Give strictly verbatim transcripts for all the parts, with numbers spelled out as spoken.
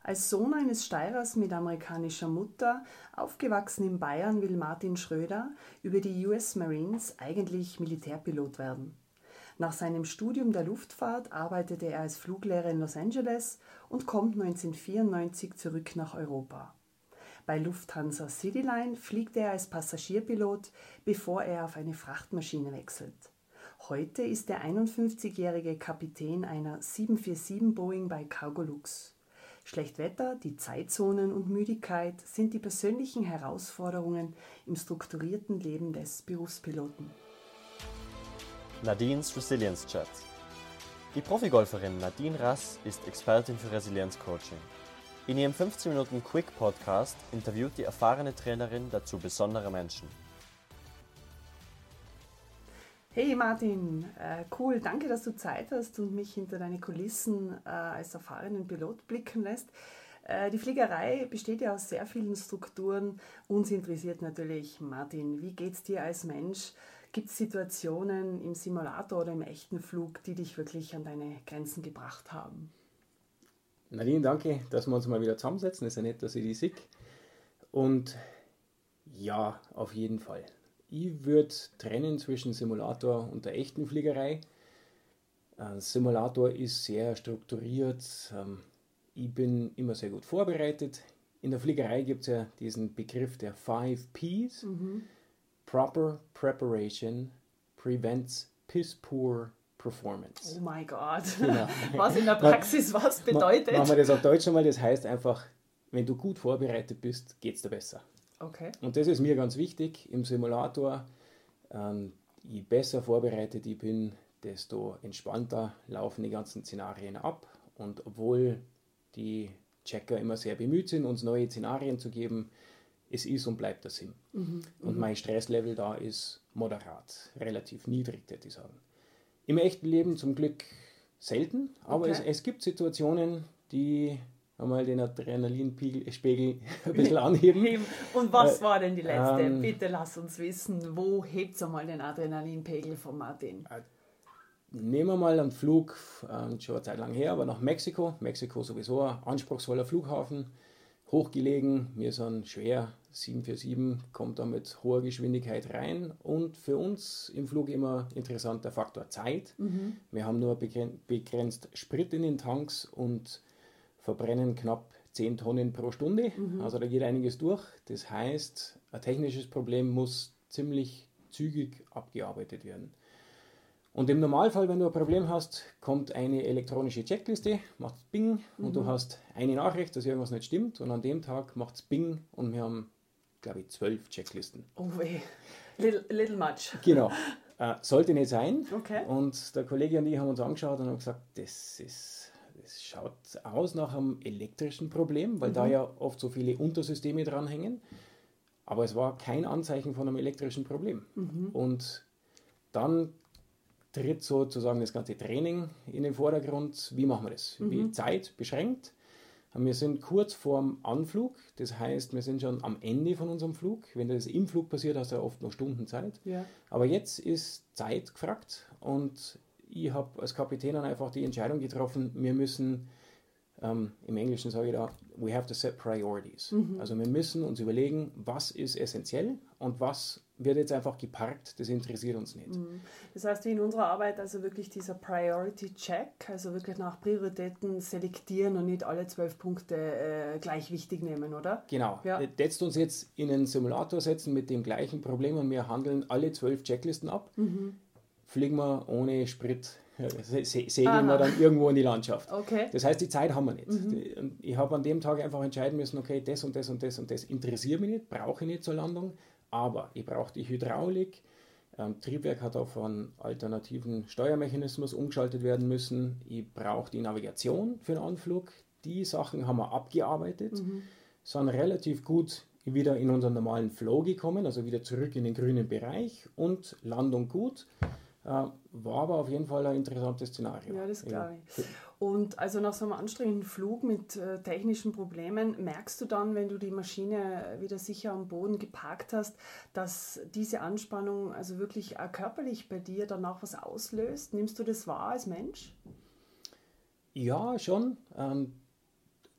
Als Sohn eines Steirers mit amerikanischer Mutter, aufgewachsen in Bayern, will Martin Schröder über die U S Marines eigentlich Militärpilot werden. Nach seinem Studium der Luftfahrt arbeitete er als Fluglehrer in Los Angeles und kommt neunzehnhundertvierundneunzig zurück nach Europa. Bei Lufthansa Cityline fliegt er als Passagierpilot, bevor er auf eine Frachtmaschine wechselt. Heute ist der einundfünfzigjährige Kapitän einer sieben vier sieben Boeing bei Cargolux. Schlechtwetter, die Zeitzonen und Müdigkeit sind die persönlichen Herausforderungen im strukturierten Leben des Berufspiloten. Nadines Resilience Chat. Die Profigolferin Nadine Rass ist Expertin für Resilienzcoaching. In ihrem fünfzehn Minuten Quick Podcast interviewt die erfahrene Trainerin dazu besondere Menschen. Hey Martin, äh, cool, danke, dass du Zeit hast und mich hinter deine Kulissen äh, als erfahrenen Pilot blicken lässt. Äh, die Fliegerei besteht ja aus sehr vielen Strukturen. Uns interessiert natürlich, Martin, wie geht's dir als Mensch? Gibt es Situationen im Simulator oder im echten Flug, die dich wirklich an deine Grenzen gebracht haben? Nadine, danke, dass wir uns mal wieder zusammensetzen. Es ist ja nett, dass ich dich sehe. Und ja, auf jeden Fall. Ich würde trennen zwischen Simulator und der echten Fliegerei. Ein Simulator ist sehr strukturiert. Ich bin immer sehr gut vorbereitet. In der Fliegerei gibt es ja diesen Begriff der Five Ps. Mhm. Proper Preparation prevents piss-poor performance. Oh mein Gott. Genau. Was in der Praxis was bedeutet? Machen wir das auf Deutsch einmal. Das heißt einfach, wenn du gut vorbereitet bist, geht es dir besser. Okay. Und das ist mir ganz wichtig im Simulator. Ähm, je besser vorbereitet ich bin, desto entspannter laufen die ganzen Szenarien ab. Und obwohl die Checker immer sehr bemüht sind, uns neue Szenarien zu geben, es ist und bleibt der Sim. Mhm. Und mein Stresslevel da ist moderat, relativ niedrig, würde ich sagen. Im echten Leben zum Glück selten, aber okay. es, es gibt Situationen, die einmal den Adrenalinspiegel ein bisschen anheben. Und was war denn die letzte? Ähm, Bitte lass uns wissen, wo hebt es einmal den Adrenalinpegel von Martin? Äh, nehmen wir mal einen Flug, äh, schon eine Zeit lang her, aber nach Mexiko. Mexiko sowieso ein anspruchsvoller Flughafen, hochgelegen. Wir sind schwer, sieben vier sieben, kommt da mit hoher Geschwindigkeit rein. Und für uns im Flug immer interessant der Faktor Zeit. Mhm. Wir haben nur begrenzt Sprit in den Tanks und verbrennen knapp zehn Tonnen pro Stunde, mhm. also da geht einiges durch. Das heißt, ein technisches Problem muss ziemlich zügig abgearbeitet werden. Und im Normalfall, wenn du ein Problem hast, kommt eine elektronische Checkliste, macht Bing mhm. und du hast eine Nachricht, dass irgendwas nicht stimmt und an dem Tag macht es Bing und wir haben, glaube ich, zwölf Checklisten. Oh weh, little, little much. Genau, äh, sollte nicht sein. Okay. Und der Kollege und ich haben uns angeschaut und haben gesagt, das ist... Es schaut aus nach einem elektrischen Problem, weil mhm. da ja oft so viele Untersysteme dranhängen. Aber es war kein Anzeichen von einem elektrischen Problem. Mhm. Und dann tritt sozusagen das ganze Training in den Vordergrund. Wie machen wir das? Mhm. Wie Zeit beschränkt. Wir sind kurz vorm Anflug. Das heißt, wir sind schon am Ende von unserem Flug. Wenn das im Flug passiert, hast du ja oft noch Stunden Zeit. Ja. Aber jetzt ist Zeit gefragt und ich habe als Kapitän dann einfach die Entscheidung getroffen, wir müssen, ähm, im Englischen sage ich da, we have to set priorities. Mhm. Also wir müssen uns überlegen, was ist essentiell und was wird jetzt einfach geparkt, das interessiert uns nicht. Mhm. Das heißt, wie in unserer Arbeit also wirklich dieser Priority-Check, also wirklich nach Prioritäten selektieren und nicht alle zwölf Punkte äh, gleich wichtig nehmen, oder? Genau. Ja. Jetzt uns jetzt in einen Simulator setzen mit dem gleichen Problem und wir handeln alle zwölf Checklisten ab. Mhm. Fliegen wir ohne Sprit, se- segeln Aha. wir dann irgendwo in die Landschaft. Okay. Das heißt, die Zeit haben wir nicht. Mhm. Ich habe an dem Tag einfach entscheiden müssen, okay, das und das und das und das interessiert mich nicht, brauche ich nicht zur Landung, aber ich brauche die Hydraulik, ähm, Triebwerk hat auf einen alternativen Steuermechanismus umgeschaltet werden müssen, ich brauche die Navigation für den Anflug, die Sachen haben wir abgearbeitet, mhm. sind relativ gut wieder in unseren normalen Flow gekommen, also wieder zurück in den grünen Bereich und Landung gut. Uh, war aber auf jeden Fall ein interessantes Szenario. Ja, das glaube ich. Und also nach so einem anstrengenden Flug mit äh, technischen Problemen, merkst du dann, wenn du die Maschine wieder sicher am Boden geparkt hast, dass diese Anspannung also wirklich auch körperlich bei dir danach was auslöst? Nimmst du das wahr als Mensch? Ja, schon. Ähm,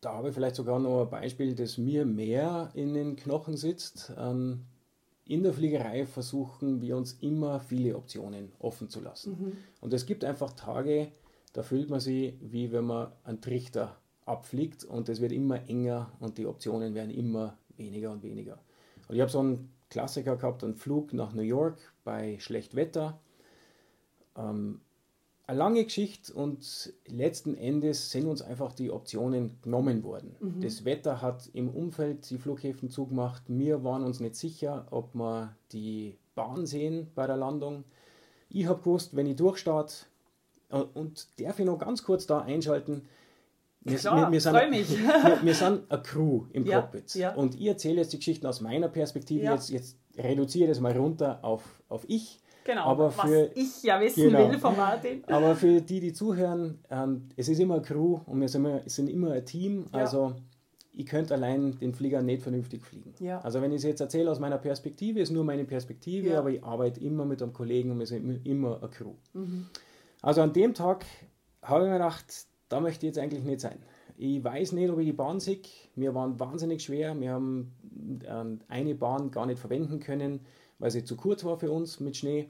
da habe ich vielleicht sogar noch ein Beispiel, das mir mehr in den Knochen sitzt. Ähm, in der Fliegerei versuchen wir uns immer viele Optionen offen zu lassen. Mhm. Und es gibt einfach Tage, da fühlt man sich, wie wenn man einen Trichter abfliegt und es wird immer enger und die Optionen werden immer weniger und weniger. Und ich habe so einen Klassiker gehabt, einen Flug nach New York bei schlechtem Wetter. Ähm, eine lange Geschichte und letzten Endes sind uns einfach die Optionen genommen worden. Mhm. Das Wetter hat im Umfeld die Flughäfen zugemacht. Wir waren uns nicht sicher, ob wir die Bahn sehen bei der Landung. Ich habe gewusst, wenn ich durchstarte, und darf ich noch ganz kurz da einschalten, wir, Klar, wir, wir, sind, freu mich. wir, wir sind eine Crew im ja, Cockpit. Ja. Und ich erzähle jetzt die Geschichten aus meiner Perspektive. Ja. Jetzt, jetzt reduziere das mal runter auf, auf ich. Genau, aber für, was ich ja wissen genau, will von Martin. Aber für die, die zuhören, ähm, es ist immer eine Crew und wir sind immer, sind immer ein Team. Ja. Also ich könnte allein den Flieger nicht vernünftig fliegen. Ja. Also wenn ich es jetzt erzähle aus meiner Perspektive, ist nur meine Perspektive, ja. aber ich arbeite immer mit einem Kollegen und wir sind immer eine Crew. Mhm. Also an dem Tag habe ich mir gedacht, da möchte ich jetzt eigentlich nicht sein. Ich weiß nicht, ob ich die Bahn sehe. Wir waren wahnsinnig schwer. Wir haben eine Bahn gar nicht verwenden können, weil sie zu kurz war für uns mit Schnee.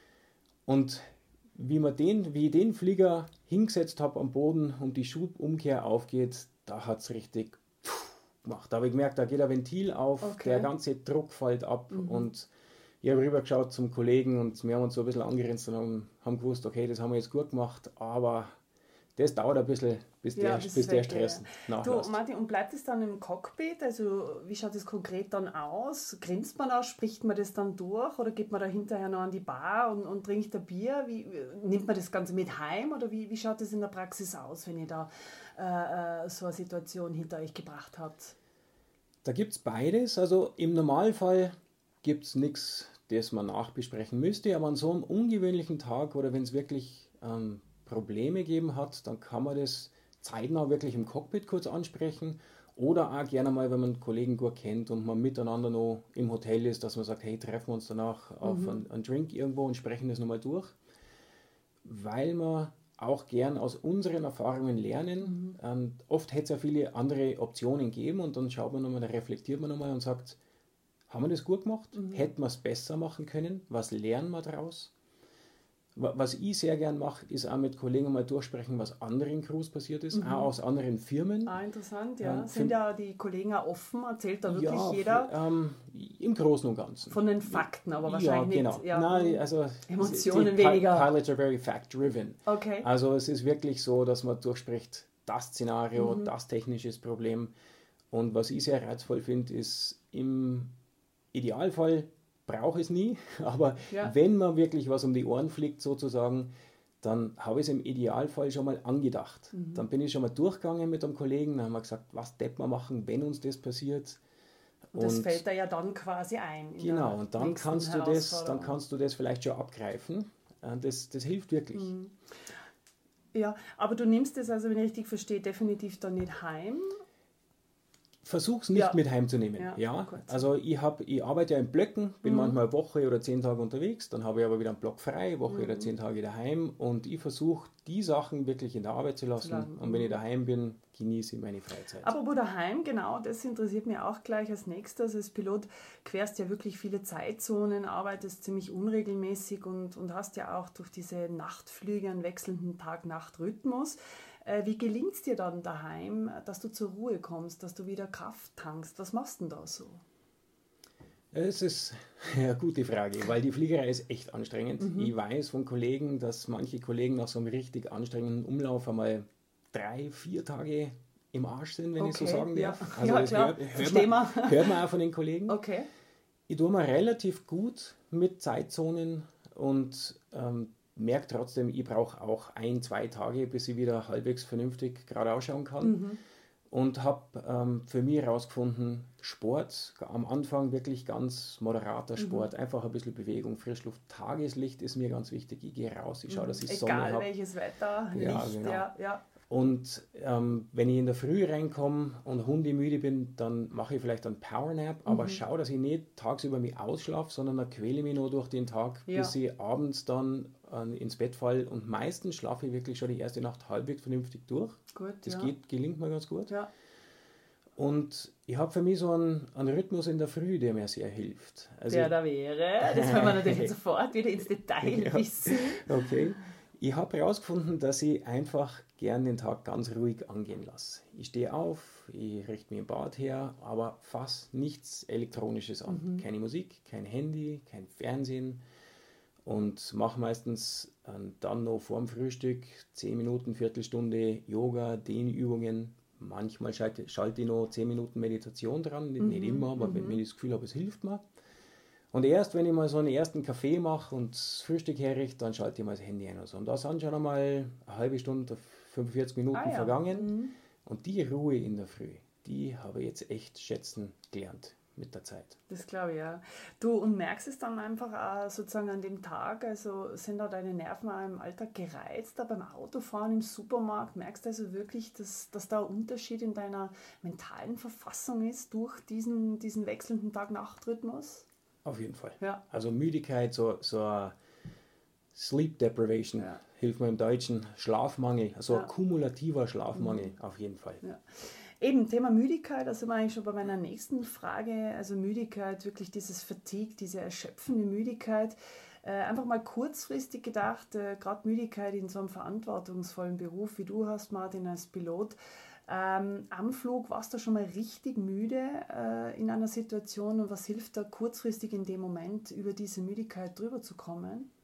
Und wie, man den, wie ich den Flieger hingesetzt habe am Boden und die Schubumkehr aufgeht, da hat es richtig gemacht. Da habe ich gemerkt, da geht ein Ventil auf, okay. Der ganze Druck fällt ab. Mhm. Und ich habe rübergeschaut zum Kollegen und wir haben uns so ein bisschen angerinst und haben, haben gewusst, okay, das haben wir jetzt gut gemacht, aber das dauert ein bisschen, bis ja, der, bis der Stress ja. nachlässt. Du, Martin, und bleibt es dann im Cockpit? Also wie schaut es konkret dann aus? Grinst man aus? Spricht man das dann durch? Oder geht man da hinterher noch an die Bar und, und trinkt ein Bier? Wie, nimmt man das Ganze mit heim? Oder wie, wie schaut das in der Praxis aus, wenn ihr da äh, so eine Situation hinter euch gebracht habt? Da gibt es beides. Also im Normalfall gibt es nichts, das man nachbesprechen müsste. Aber an so einem ungewöhnlichen Tag oder wenn es wirklich ähm, Probleme gegeben hat, dann kann man das zeitnah wirklich im Cockpit kurz ansprechen oder auch gerne mal, wenn man einen Kollegen gut kennt und man miteinander noch im Hotel ist, dass man sagt, hey, treffen wir uns danach auf mhm. einen, einen Drink irgendwo und sprechen das nochmal durch, weil wir auch gern aus unseren Erfahrungen lernen. Mhm. Und oft hätte es ja viele andere Optionen gegeben und dann schaut man nochmal, da reflektiert man nochmal und sagt, haben wir das gut gemacht? Mhm. Hätten wir es besser machen können? Was lernen wir daraus? Was ich sehr gern mache, ist auch mit Kollegen mal durchsprechen, was anderen Crews passiert ist, mhm. auch aus anderen Firmen. Ah, interessant, ja. Ähm, Sind ja die Kollegen auch offen? Erzählt da wirklich ja, jeder? Ähm, im Großen und Ganzen. Von den Fakten, aber wahrscheinlich ja, genau. nicht. Ja, Nein, also Emotionen die weniger. Pilots are very fact-driven. Okay. Also es ist wirklich so, dass man durchspricht, das Szenario, mhm. das technische Problem. Und was ich sehr reizvoll finde, ist im Idealfall brauche es nie, aber ja. wenn man wirklich was um die Ohren fliegt sozusagen, dann habe ich es im Idealfall schon mal angedacht. Mhm. Dann bin ich schon mal durchgegangen mit einem Kollegen, dann haben wir gesagt, was depp wir machen, wenn uns das passiert. Und das fällt da ja dann quasi ein. Genau, und dann kannst, du das, dann kannst du das vielleicht schon abgreifen. Das, das hilft wirklich. Mhm. Ja, aber du nimmst das also, wenn ich richtig verstehe, definitiv dann nicht heim? Versuch's nicht ja. mit heimzunehmen. Ja, ja. Also ich, hab, ich arbeite ja in Blöcken, bin mhm. manchmal eine Woche oder zehn Tage unterwegs, dann habe ich aber wieder einen Block frei, Woche mhm. oder zehn Tage daheim und ich versuche die Sachen wirklich in der Arbeit zu lassen Lang. und wenn ich daheim bin, genieße ich meine Freizeit. Aber wo daheim, genau, das interessiert mich auch gleich als nächstes. Als Pilot querst ja wirklich viele Zeitzonen, arbeitest ziemlich unregelmäßig und, und hast ja auch durch diese Nachtflüge einen wechselnden Tag-Nacht-Rhythmus. Wie gelingt es dir dann daheim, dass du zur Ruhe kommst, dass du wieder Kraft tankst? Was machst du denn da so? Es ist eine gute Frage, weil die Fliegerei ist echt anstrengend. Mhm. Ich weiß von Kollegen, dass manche Kollegen nach so einem richtig anstrengenden Umlauf einmal drei, vier Tage im Arsch sind, wenn okay. ich so sagen darf. Ja, also ja das klar. Hört, hört, man, hört man auch von den Kollegen. Okay. Ich tue mir relativ gut mit Zeitzonen und ähm, merke trotzdem, ich brauche auch ein, zwei Tage, bis ich wieder halbwegs vernünftig gerade ausschauen kann. Mhm. Und habe ähm, für mich herausgefunden, Sport, am Anfang wirklich ganz moderater Sport, mhm. einfach ein bisschen Bewegung, Frischluft, Tageslicht ist mir ganz wichtig. Ich gehe raus, ich schaue, dass ich Egal Sonne habe. Egal welches Wetter, ja, Licht, genau. ja, ja. Und ähm, wenn ich in der Früh reinkomme und hundemüde bin, dann mache ich vielleicht einen Powernap, aber mhm. schaue, dass ich nicht tagsüber mich ausschlafe, sondern dann quäle ich mich noch durch den Tag, ja. bis ich abends dann äh, ins Bett falle. Und meistens schlafe ich wirklich schon die erste Nacht halbwegs vernünftig durch. Gut, das ja. geht, gelingt mir ganz gut. Ja. Und ich habe für mich so einen, einen Rhythmus in der Früh, der mir sehr hilft. Also der da wäre, das wollen wir natürlich sofort wieder ins Detail ja, wissen. Okay. Ich habe herausgefunden, dass ich einfach gern den Tag ganz ruhig angehen lasse. Ich stehe auf, ich richte mich im Bad her, aber fast nichts Elektronisches an. Mhm. Keine Musik, kein Handy, kein Fernsehen. Und mache meistens ähm, dann noch vor dem Frühstück zehn Minuten, Viertelstunde Yoga, Dehnübungen. Manchmal schalte, schalte ich noch zehn Minuten Meditation dran, nicht, mhm. nicht immer, aber mhm. wenn ich das Gefühl habe, es hilft mir. Und erst, wenn ich mal so einen ersten Kaffee mache und das Frühstück herrichte, dann schalte ich mal das Handy ein. Und, so. Und da sind schon einmal eine halbe Stunde, fünfundvierzig Minuten ah, ja. vergangen. Mhm. Und die Ruhe in der Früh, die habe ich jetzt echt schätzen gelernt mit der Zeit. Das glaube ich, ja. Du, und merkst es dann einfach auch sozusagen an dem Tag, also sind da deine Nerven auch im Alltag gereizt, da beim Autofahren im Supermarkt, merkst du also wirklich, dass, dass da ein Unterschied in deiner mentalen Verfassung ist durch diesen, diesen wechselnden Tag-Nacht-Rhythmus? Auf jeden Fall. Ja. Also Müdigkeit, so, so ein Sleep Deprivation, ja. hilft mir im Deutschen, Schlafmangel, also ja. ein kumulativer Schlafmangel, mhm. auf jeden Fall. Ja. Eben, Thema Müdigkeit, da sind wir eigentlich schon bei meiner nächsten Frage, also Müdigkeit, wirklich dieses Fatigue, diese erschöpfende Müdigkeit. Äh, einfach mal kurzfristig gedacht, äh, gerade Müdigkeit in so einem verantwortungsvollen Beruf, wie du hast, Martin, als Pilot. Ähm, am Flug warst du schon mal richtig müde äh, in einer Situation und was hilft da kurzfristig in dem Moment, über diese Müdigkeit drüber zu kommen?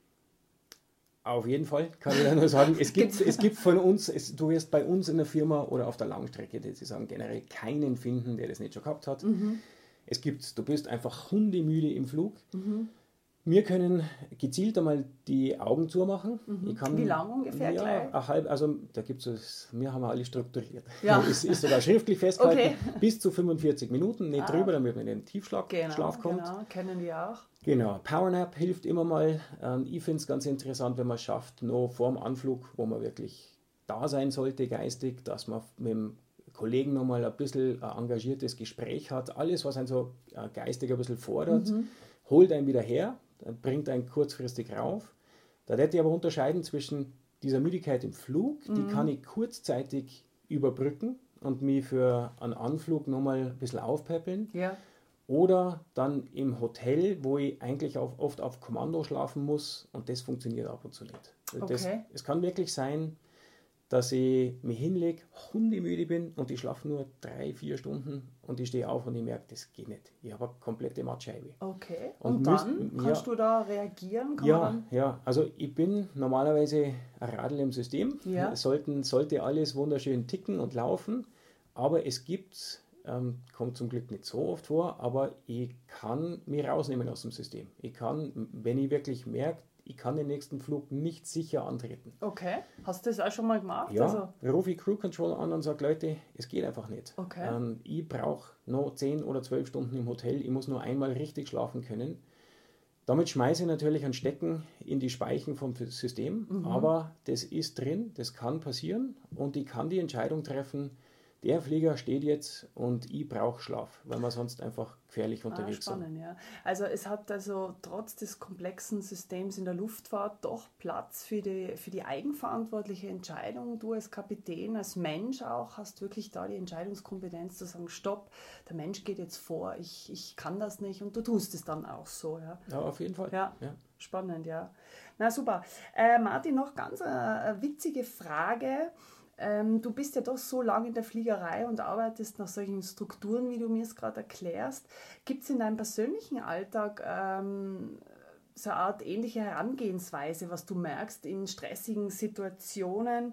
Auf jeden Fall, kann ich da nur sagen. Es gibt, es gibt von uns, es, du wirst bei uns in der Firma oder auf der Langstrecke, die sagen generell keinen finden, der das nicht schon gehabt hat. Mhm. Es gibt, du bist einfach hundemüde im Flug. Mhm. Wir können gezielt einmal die Augen zumachen. Mhm. Ich kann, Wie lange ungefähr? Ja, gleich? Eine halbe, also da gibt es, wir haben alle strukturiert. Ja. Es ist sogar schriftlich festgehalten, okay. bis zu fünfundvierzig Minuten, nicht ah. drüber, damit man in den Tiefschlaf genau, Schlaf kommt. Genau, kennen wir auch. Genau, Powernap hilft immer mal. Ich finde es ganz interessant, wenn man es schafft, noch vor dem Anflug, wo man wirklich da sein sollte, geistig, dass man mit dem Kollegen noch mal ein bisschen ein engagiertes Gespräch hat. Alles, was einen so geistig ein bisschen fordert, mhm. holt einen wieder her, bringt einen kurzfristig rauf. Da werde ich aber unterscheiden zwischen dieser Müdigkeit im Flug, mhm. die kann ich kurzzeitig überbrücken und mich für einen Anflug nochmal ein bisschen aufpäppeln. Ja. Oder dann im Hotel, wo ich eigentlich auf, oft auf Kommando schlafen muss und das funktioniert ab und zu nicht. Okay. Das, es kann wirklich sein, dass ich mich hinlege, hundemüde bin und ich schlafe nur drei, vier Stunden und ich stehe auf und ich merke, das geht nicht. Ich habe eine komplette Mattscheibe. Okay, und, und dann müsst, kannst ja, du da reagieren? Kann ja, man dann? ja, also ich bin normalerweise ein Radl im System. Ja. Es sollten, sollte alles wunderschön ticken und laufen, aber es gibt, ähm, kommt zum Glück nicht so oft vor, aber ich kann mich rausnehmen aus dem System. Ich kann, wenn ich wirklich merke, ich kann den nächsten Flug nicht sicher antreten. Okay, hast du das auch schon mal gemacht? Ja, also rufe ich Crew Control an und sage, Leute, es geht einfach nicht. Okay. Ähm, ich brauche noch zehn oder zwölf Stunden im Hotel, ich muss nur einmal richtig schlafen können. Damit schmeiße ich natürlich ein Stecken in die Speichen vom System, mhm. aber das ist drin, das kann passieren und ich kann die Entscheidung treffen, der Flieger steht jetzt und ich brauche Schlaf, weil wir sonst einfach gefährlich unterwegs ah, spannend, sind. Ja. Also es hat also trotz des komplexen Systems in der Luftfahrt doch Platz für die, für die eigenverantwortliche Entscheidung. Du als Kapitän, als Mensch auch, hast wirklich da die Entscheidungskompetenz zu sagen, stopp, der Mensch geht jetzt vor, ich, ich kann das nicht und du tust es dann auch so. Ja, ja auf jeden Fall. Ja, ja. Spannend, ja. Na super. Äh, Martin, noch ganz eine, eine witzige Frage. Ähm, du bist ja doch so lange in der Fliegerei und arbeitest nach solchen Strukturen, wie du mir es gerade erklärst. Gibt es in deinem persönlichen Alltag ähm, so eine Art ähnliche Herangehensweise, was du merkst in stressigen Situationen,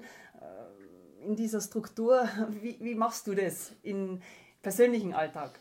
äh, in dieser Struktur? Wie, wie machst du das im persönlichen Alltag?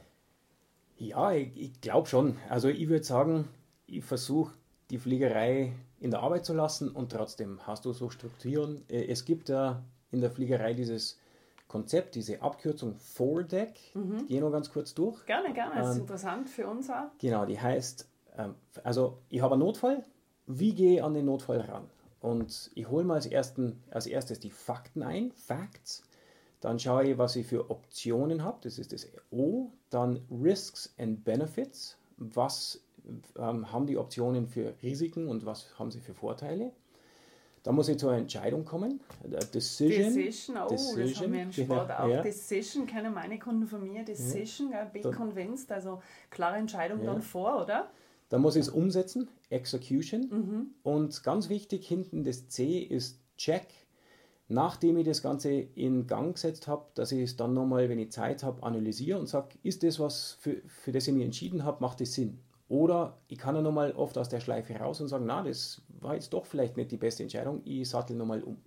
Ja, ich, ich glaube schon. Also ich würde sagen, ich versuche die Fliegerei in der Arbeit zu lassen und trotzdem hast du so Strukturen. Es gibt ja in der Fliegerei dieses Konzept, diese Abkürzung Four Deck. Mhm. Ich gehe noch ganz kurz durch. Gerne, gerne. Das ist ähm, interessant für uns auch. Genau, die heißt, ähm, also ich habe einen Notfall. Wie gehe ich an den Notfall ran? Und ich hole mal als, ersten, als erstes die Fakten ein, Facts. Dann schaue ich, was ich für Optionen habe. Das ist das O. Dann Risks and Benefits. Was ähm, haben die Optionen für Risiken und was haben sie für Vorteile? Da muss ich zur Entscheidung kommen. Decision. Decision, oh, Decision. das haben wir im Sport Genau, auch. ja. Decision kennen meine Kunden von mir. Decision, ja. Be Dann- convinced, also klare Entscheidung Ja. dann vor, oder? Dann muss ich es umsetzen, Execution. Und ganz wichtig, hinten das C ist Check. Nachdem ich das Ganze in Gang gesetzt habe, dass ich es dann nochmal, wenn ich Zeit habe, analysiere und sage, ist das was, für, für das ich mich entschieden habe, macht das Sinn? Oder ich kann ja nochmal oft aus der Schleife raus und sagen, na, das war jetzt doch vielleicht nicht die beste Entscheidung, ich sattel nochmal um.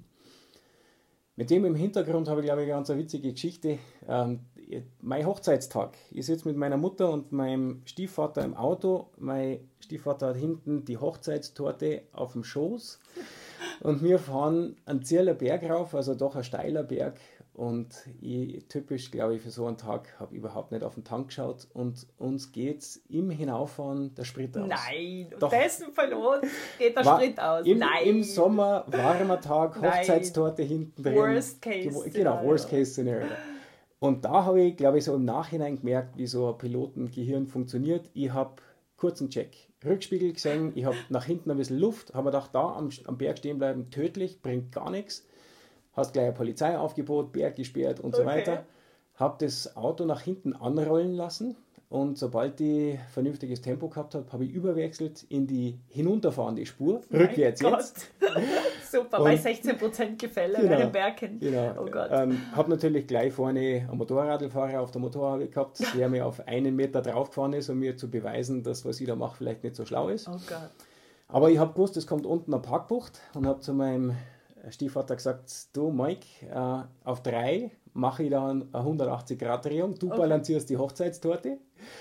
Mit dem im Hintergrund habe ich, glaube ich, eine ganz witzige Geschichte. Ähm, mein Hochzeitstag. Ich sitze mit meiner Mutter und meinem Stiefvater im Auto. Mein Stiefvater hat hinten die Hochzeitstorte auf dem Schoß. Und wir fahren einen Zierler Berg rauf, also doch ein steiler Berg. Und ich, typisch, glaube ich, für so einen Tag habe ich überhaupt nicht auf den Tank geschaut. Und uns geht es im Hinauffahren der Sprit aus. Nein, Doch. dessen verloren geht der War Sprit aus. Im, Nein. Im Sommer, warmer Tag, Nein. Hochzeitstorte hinten drin. Worst case Genau, Szenario. Worst Case Scenario. Und da habe ich, glaube ich, so im Nachhinein gemerkt, wie so ein Pilotengehirn funktioniert. Ich habe kurzen Check. Rückspiegel gesehen, ich habe nach hinten ein bisschen Luft, habe mir gedacht, da am, am Berg stehen bleiben, tödlich, bringt gar nichts. Hast gleich ein Polizeiaufgebot, Berg gesperrt und so Okay. weiter. Habe das Auto nach hinten anrollen lassen und sobald ich vernünftiges Tempo gehabt habe, habe ich überwechselt in die hinunterfahrende Spur, rückwärts Mein jetzt. Gott. Super, bei Und- sechzehn Prozent Gefälle Genau. bei den Bergen. Genau. Oh Gott. Ähm, habe natürlich gleich vorne einen Motorradfahrer auf der Motorhaube gehabt, der mir auf einen Meter draufgefahren ist, um mir zu beweisen, dass was ich da mache vielleicht nicht so schlau ist. Oh Gott. Aber ich habe gewusst, es kommt unten eine Parkbucht und habe zu meinem Stiefvater gesagt, du Mike, äh, auf drei mache ich dann eine hundertachtzig Grad Drehung, du Okay. balancierst die Hochzeitstorte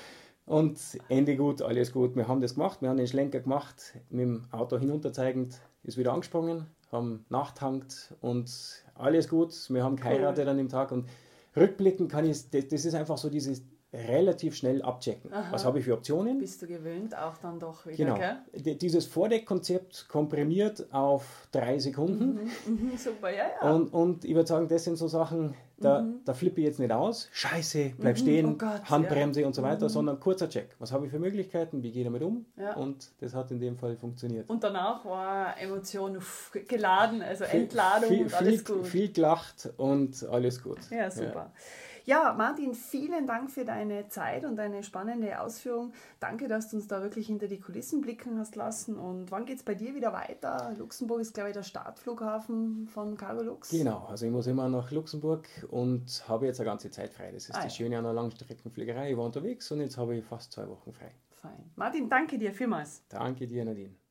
und Ende gut, alles gut. Wir haben das gemacht, wir haben den Schlenker gemacht, mit dem Auto hinunterzeigend, ist wieder angesprungen, haben nachtankt und alles gut. Wir haben geheiratet Cool. an dem Tag und rückblickend kann ich, das, das ist einfach so dieses relativ schnell abchecken. Aha. Was habe ich für Optionen? Bist du gewöhnt, auch dann doch wieder, Genau. gell? D- Dieses Vordeckkonzept komprimiert auf drei Sekunden. Mhm, super, ja, ja. Und, und ich würde sagen, das sind so Sachen, da, da flippe ich jetzt nicht aus. Scheiße, bleib stehen, oh Gott, Handbremse und so weiter, sondern kurzer Check. Was habe ich für Möglichkeiten? Wie gehe ich damit um? Ja. Und das hat in dem Fall funktioniert. Und danach war Emotion uff, geladen, also Viel- Entladung viel, und alles viel, gut. Viel gelacht und alles gut. Ja, super. Ja, Martin, vielen Dank für deine Zeit und deine spannende Ausführung. Danke, dass du uns da wirklich hinter die Kulissen blicken hast lassen. Und wann geht es bei dir wieder weiter? Luxemburg ist, glaube ich, der Startflughafen von Cargolux. Genau, also ich muss immer nach Luxemburg und habe jetzt eine ganze Zeit frei. Das ist Ah, das ja. Schöne an der Langstreckenfliegerei. Ich war unterwegs und jetzt habe ich fast zwei Wochen frei. Fein. Martin, danke dir vielmals. Danke dir, Nadine.